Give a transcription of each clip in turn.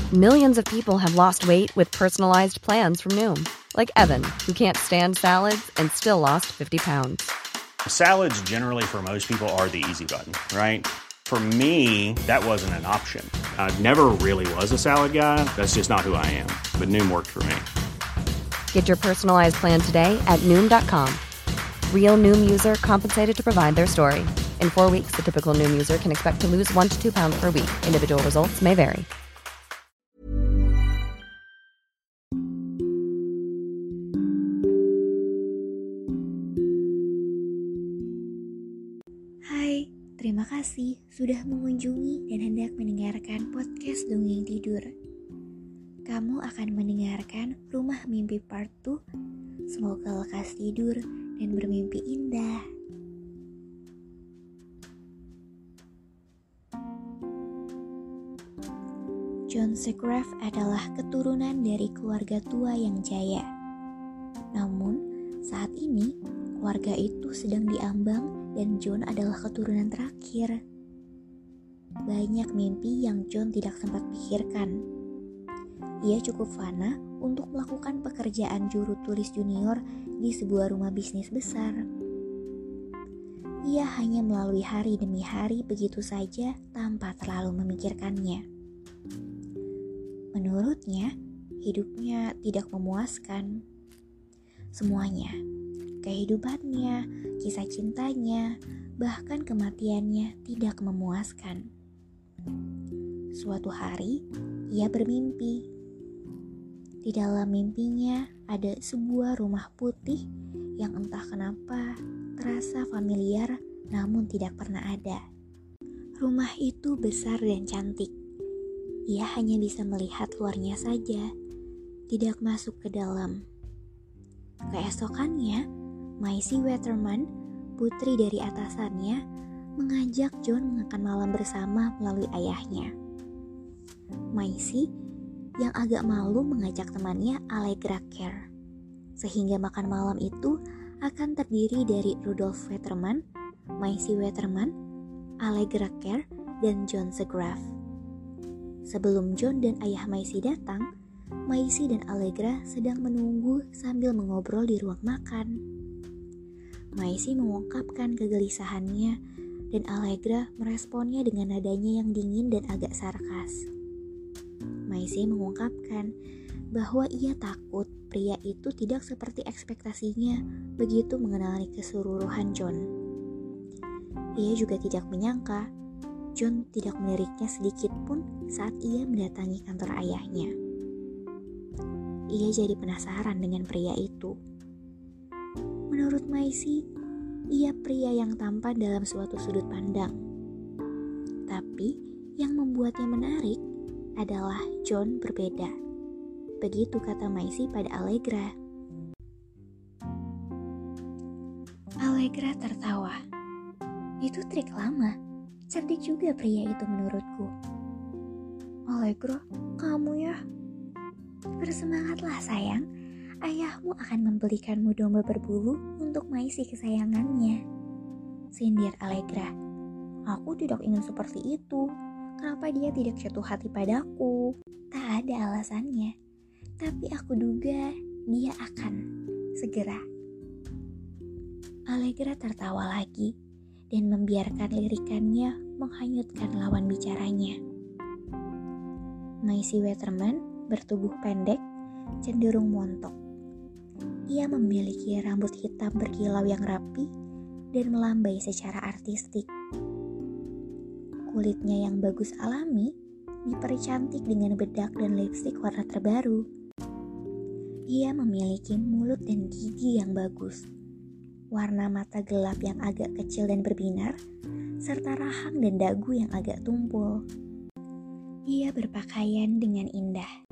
Millions of people have lost weight with personalized plans from Noom. Like Evan, who can't stand salads and still lost 50 pounds. Salads generally for most people are the easy button, right? For me, that wasn't an option. I never really was a salad guy. That's just not who I am. But Noom worked for me. Get your personalized plan today at Noom.com. Real Noom user compensated to provide their story. In 4 weeks, the typical Noom user can expect to lose 1 to 2 pounds per week. Individual results may vary. Hai, terima kasih sudah mengunjungi dan hendak mendengarkan podcast Dongeng Tidur. Kamu akan mendengarkan Rumah Mimpi Part 2. Semoga lekas tidur dan bermimpi indah. John Segrave adalah keturunan dari keluarga tua yang jaya. Namun, saat ini keluarga itu sedang diambang dan John adalah keturunan terakhir. Banyak mimpi yang John tidak sempat pikirkan. Ia cukup fana untuk melakukan pekerjaan juru tulis junior di sebuah rumah bisnis besar. Ia hanya melalui hari demi hari begitu saja tanpa terlalu memikirkannya. Menurutnya, hidupnya tidak memuaskan. Semuanya, kehidupannya, kisah cintanya, bahkan kematiannya tidak memuaskan. Suatu hari, ia bermimpi. Di dalam mimpinya ada sebuah rumah putih yang entah kenapa terasa familiar namun tidak pernah ada. Rumah itu besar dan cantik. Ia hanya bisa melihat luarnya saja, tidak masuk ke dalam. Keesokannya, Maisie Waterman, putri dari atasannya, mengajak John makan malam bersama melalui ayahnya. Maisie yang agak malu mengajak temannya Allegra Kerr, sehingga makan malam itu akan terdiri dari Rudolf Waterman, Maisie Waterman, Allegra Kerr, dan John Segrave. Sebelum John dan ayah Maisie datang, Maisie dan Allegra sedang menunggu sambil mengobrol di ruang makan. Maisie mengungkapkan kegelisahannya dan Allegra meresponnya dengan nadanya yang dingin dan agak sarkas. Maisie mengungkapkan bahwa ia takut pria itu tidak seperti ekspektasinya begitu mengenali keseluruhan John. Ia juga tidak menyangka John tidak meliriknya sedikit pun saat ia mendatangi kantor ayahnya. Ia jadi penasaran dengan pria itu. Menurut Maisie, ia pria yang tampan dalam suatu sudut pandang. Tapi yang membuatnya menarik adalah John berbeda. Begitu kata Maisie pada Allegra. Allegra tertawa. Itu trik lama. Cerdik juga pria itu menurutku. Allegra, kamu ya? Bersemangatlah sayang. Ayahmu akan membelikanmu domba berbulu untuk Maisie kesayangannya. Sindir Allegra. Aku tidak ingin seperti itu. Kenapa dia tidak jatuh hati padaku? Tak ada alasannya. Tapi aku duga dia akan segera. Allegra tertawa lagi dan membiarkan lirikannya menghanyutkan lawan bicaranya. Maisie Waterman bertubuh pendek, cenderung montok. Ia memiliki rambut hitam berkilau yang rapi dan melambai secara artistik. Kulitnya yang bagus alami dipercantik dengan bedak dan lipstik warna terbaru. Ia memiliki mulut dan gigi yang bagus, warna mata gelap yang agak kecil dan berbinar, serta rahang dan dagu yang agak tumpul. Ia berpakaian dengan indah.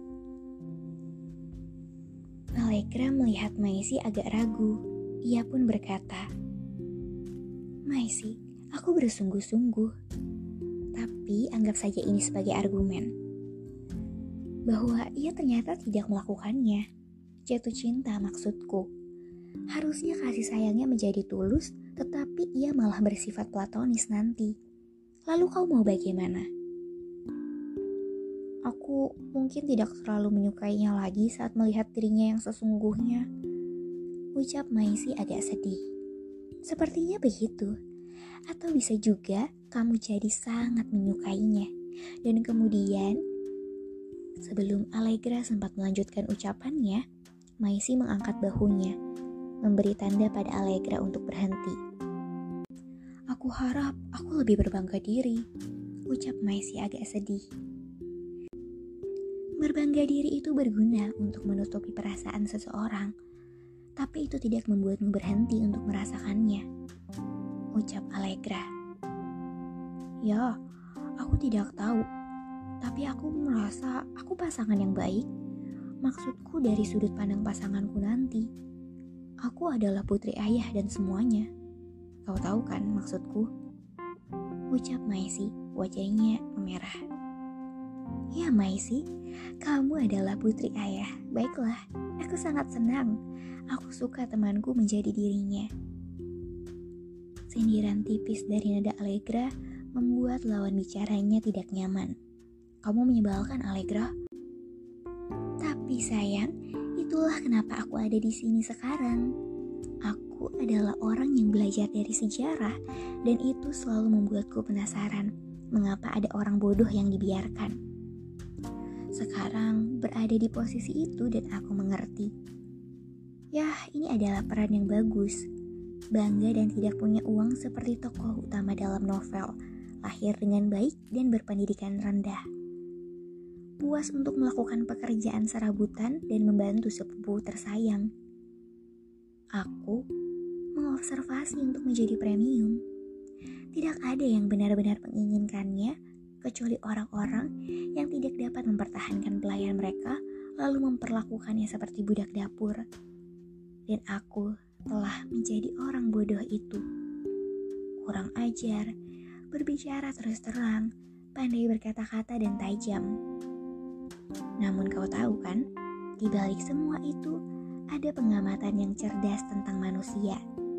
Allegra melihat Maisie agak ragu. Ia pun berkata, Maisie, aku bersungguh-sungguh. Tapi anggap saja ini sebagai argumen. Bahwa ia ternyata tidak melakukannya. Jatuh cinta maksudku. Harusnya kasih sayangnya menjadi tulus, tetapi ia malah bersifat platonis nanti. Lalu kau mau bagaimana? Aku mungkin tidak terlalu menyukainya lagi saat melihat dirinya yang sesungguhnya. Ucap Maisy agak sedih. Sepertinya begitu. Atau bisa juga kamu jadi sangat menyukainya. Dan kemudian, sebelum Allegra sempat melanjutkan ucapannya, Maisy mengangkat bahunya, memberi tanda pada Allegra untuk berhenti. Aku harap aku lebih berbangga diri, ucap Maisy agak sedih. Berbangga diri itu berguna untuk menutupi perasaan seseorang, tapi itu tidak membuatmu berhenti untuk merasakannya, ucap Allegra. Ya, aku tidak tahu, tapi aku merasa aku pasangan yang baik. Maksudku dari sudut pandang pasanganku nanti. Aku adalah putri ayah dan semuanya. Kau tahu kan maksudku? Ucap Maisy, wajahnya memerah. Ya Maisy, kamu adalah putri ayah. Baiklah, aku sangat senang. Aku suka temanku menjadi dirinya. Sindiran tipis dari nada Allegra membuat lawan bicaranya tidak nyaman. Kamu menyebalkan, Allegra. Tapi sayang, itulah kenapa aku ada di sini sekarang. Aku adalah orang yang belajar dari sejarah, dan itu selalu membuatku penasaran mengapa ada orang bodoh yang dibiarkan. Sekarang berada di posisi itu dan aku mengerti. Yah, ini adalah peran yang bagus. Bangga dan tidak punya uang seperti tokoh utama dalam novel, lahir dengan baik dan berpendidikan rendah. Puas untuk melakukan pekerjaan serabutan dan membantu sepupu tersayang. Aku mengobservasi untuk menjadi premium. Tidak ada yang benar-benar menginginkannya, kecuali orang-orang yang tidak dapat mempertahankan pelayan mereka lalu memperlakukannya seperti budak dapur. Dan aku telah menjadi orang bodoh itu. Kurang ajar, berbicara terus terang, pandai berkata-kata dan tajam. Namun kau tahu kan, di balik semua itu ada pengamatan yang cerdas tentang manusia.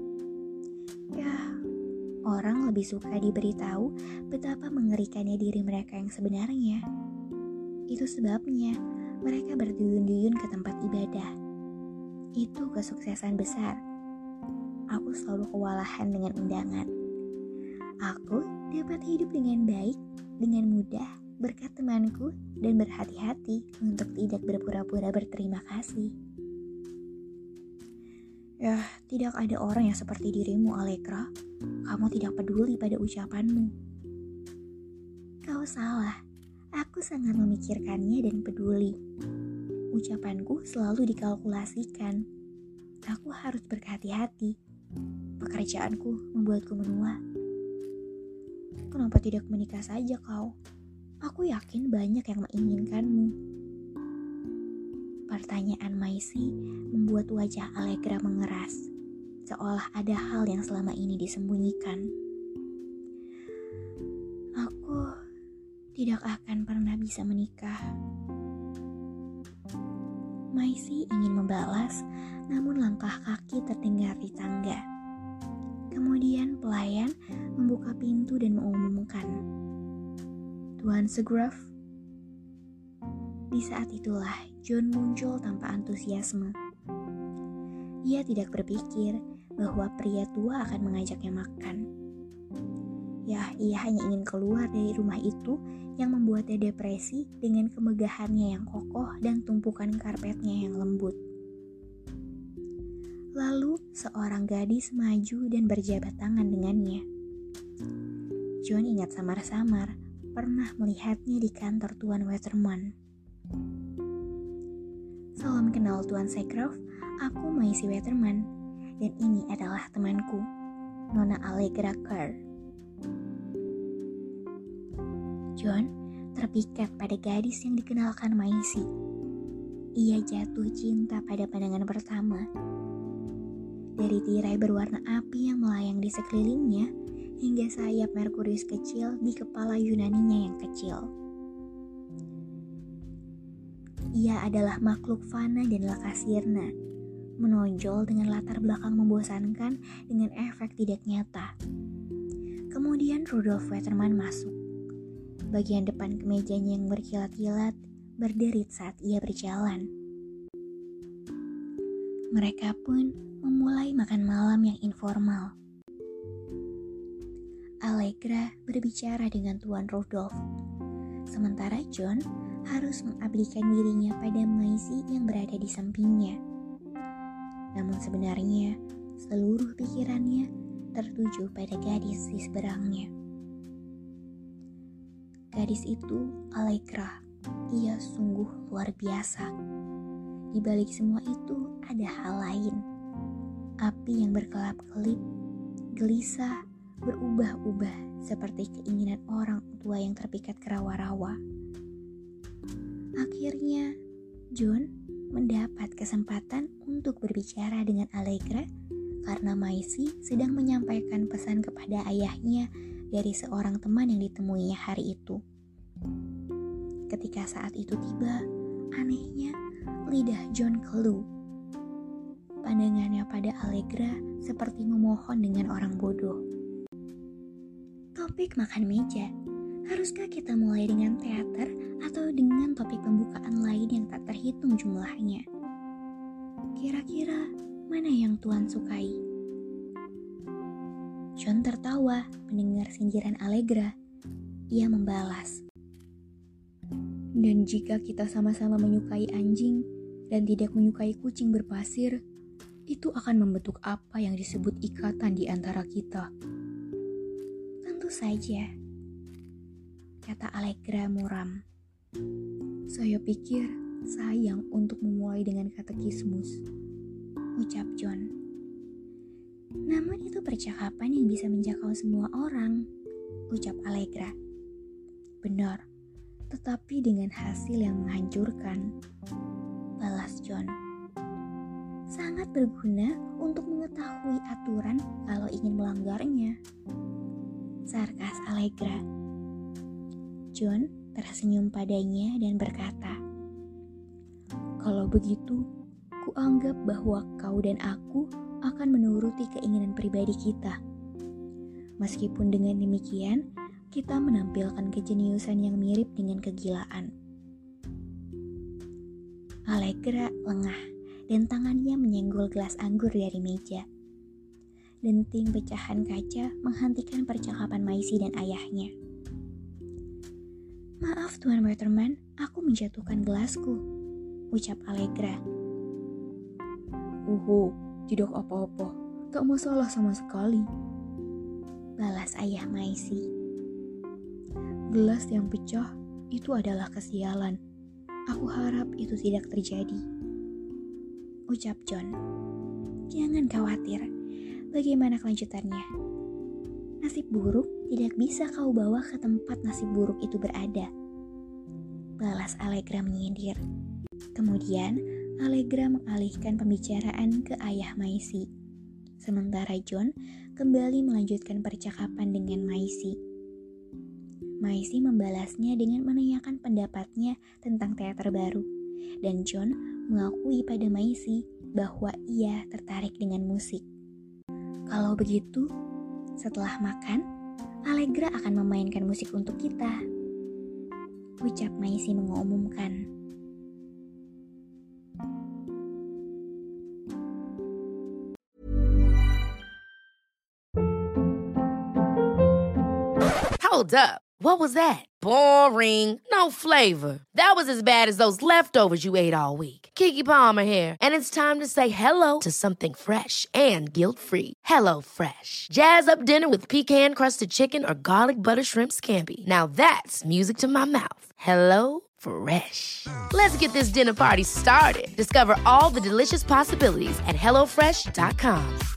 Ya, orang lebih suka diberitahu betapa mengerikannya diri mereka yang sebenarnya. Itu sebabnya mereka berduyun-duyun ke tempat ibadah. Itu kesuksesan besar. Aku selalu kewalahan dengan undangan. Aku dapat hidup dengan baik, dengan mudah, berkat temanku, dan berhati-hati untuk tidak berpura-pura berterima kasih. Ya, tidak ada orang yang seperti dirimu, Allegra. Kamu tidak peduli pada ucapanmu. Kau salah. Aku sangat memikirkannya dan peduli. Ucapanku selalu dikalkulasikan. Aku harus berhati-hati. Pekerjaanku membuatku menua. Kenapa tidak menikah saja kau? Aku yakin banyak yang menginginkanmu. Pertanyaan Maisy membuat wajah Allegra mengeras, seolah ada hal yang selama ini disembunyikan. Aku tidak akan pernah bisa menikah. Maisy ingin membalas, namun langkah kaki terdengar di tangga. Kemudian pelayan membuka pintu dan mengumumkan, "Tuan Segrave." Di saat itulah John muncul tanpa antusiasme. Ia tidak berpikir bahwa pria tua akan mengajaknya makan. Ya, ia hanya ingin keluar dari rumah itu yang membuatnya depresi dengan kemegahannya yang kokoh dan tumpukan karpetnya yang lembut. Lalu seorang gadis maju dan berjabat tangan dengannya. John ingat samar-samar pernah melihatnya di kantor Tuan Waterman. Salam kenal Tuan Segrave, aku Maisy Waterman, dan ini adalah temanku, Nona Allegra Kerr. John terpikat pada gadis yang dikenalkan Maisy. Ia jatuh cinta pada pandangan pertama. Dari tirai berwarna api yang melayang di sekelilingnya, hingga sayap Merkurius kecil di kepala Yunaninya yang kecil. Ia adalah makhluk fana dan lakasirna, menonjol dengan latar belakang membosankan dengan efek tidak nyata. Kemudian Rudolf Waterman masuk. bagian depan kemejanya yang berkilat-kilat berderit saat ia berjalan. Mereka pun memulai makan malam yang informal. Allegra berbicara dengan Tuan Rudolph, sementara John harus mengabdikan dirinya pada Maisie yang berada di sampingnya. Namun sebenarnya seluruh pikirannya tertuju pada gadis di seberangnya. Gadis itu Allegra. Ia sungguh luar biasa. Di balik semua itu ada hal lain. Api yang berkelap-kelip, gelisah, berubah-ubah seperti keinginan orang tua yang terpikat ke rawa-rawa. Akhirnya, John mendapat kesempatan untuk berbicara dengan Allegra karena Maisie sedang menyampaikan pesan kepada ayahnya dari seorang teman yang ditemuinya hari itu. Ketika saat itu tiba, anehnya lidah John keluh. Pandangannya pada Allegra seperti memohon dengan orang bodoh. Topik makan meja. Haruskah kita mulai dengan teater atau dengan topik pembukaan lain yang tak terhitung jumlahnya? Kira-kira mana yang Tuan sukai? John tertawa mendengar sindiran Allegra. Ia membalas, "Dan jika kita sama-sama menyukai anjing dan tidak menyukai kucing berpasir, itu akan membentuk apa yang disebut ikatan di antara kita." "Tentu saja," kata Allegra muram. "Saya pikir sayang untuk memulai dengan katekismus," ucap John. "Namun itu percakapan yang bisa menjangkau semua orang," ucap Allegra. "Benar, tetapi dengan hasil yang menghancurkan," balas John. "Sangat berguna untuk mengetahui aturan kalau ingin melanggarnya," sarkas Allegra. John tersenyum padanya dan berkata, "Kalau begitu, kuanggap bahwa kau dan aku akan menuruti keinginan pribadi kita. Meskipun dengan demikian, kita menampilkan kejeniusan yang mirip dengan kegilaan." Allegra lengah dan tangannya menyenggol gelas anggur dari meja. Denting pecahan kaca menghentikan percakapan Maisie dan ayahnya. "Maaf Tuan Waterman, aku menjatuhkan gelasku," ucap Allegra. Tidak apa-apa, tak masalah sama sekali," balas ayah Maisie. "Gelas yang pecah itu adalah kesialan. Aku harap itu tidak terjadi," ucap John. "Jangan khawatir, bagaimana kelanjutannya? Nasib buruk tidak bisa kau bawa ke tempat nasib buruk itu berada," balas Allegra menyindir. Kemudian Allegra mengalihkan pembicaraan ke ayah Maisie. Sementara John kembali melanjutkan percakapan dengan Maisie. Maisie membalasnya dengan menanyakan pendapatnya tentang teater baru. Dan John mengakui pada Maisie bahwa ia tertarik dengan musik. "Kalau begitu, setelah makan, Allegra akan memainkan musik untuk kita," ucap Maisie mengumumkan. Hold up. What was that? Boring. No flavor. That was as bad as those leftovers you ate all week. Keke Palmer here, and it's time to say hello to something fresh and guilt-free. HelloFresh. Jazz up dinner with pecan-crusted chicken or garlic butter shrimp scampi. Now that's music to my mouth. HelloFresh. Let's get this dinner party started. Discover all the delicious possibilities at HelloFresh.com.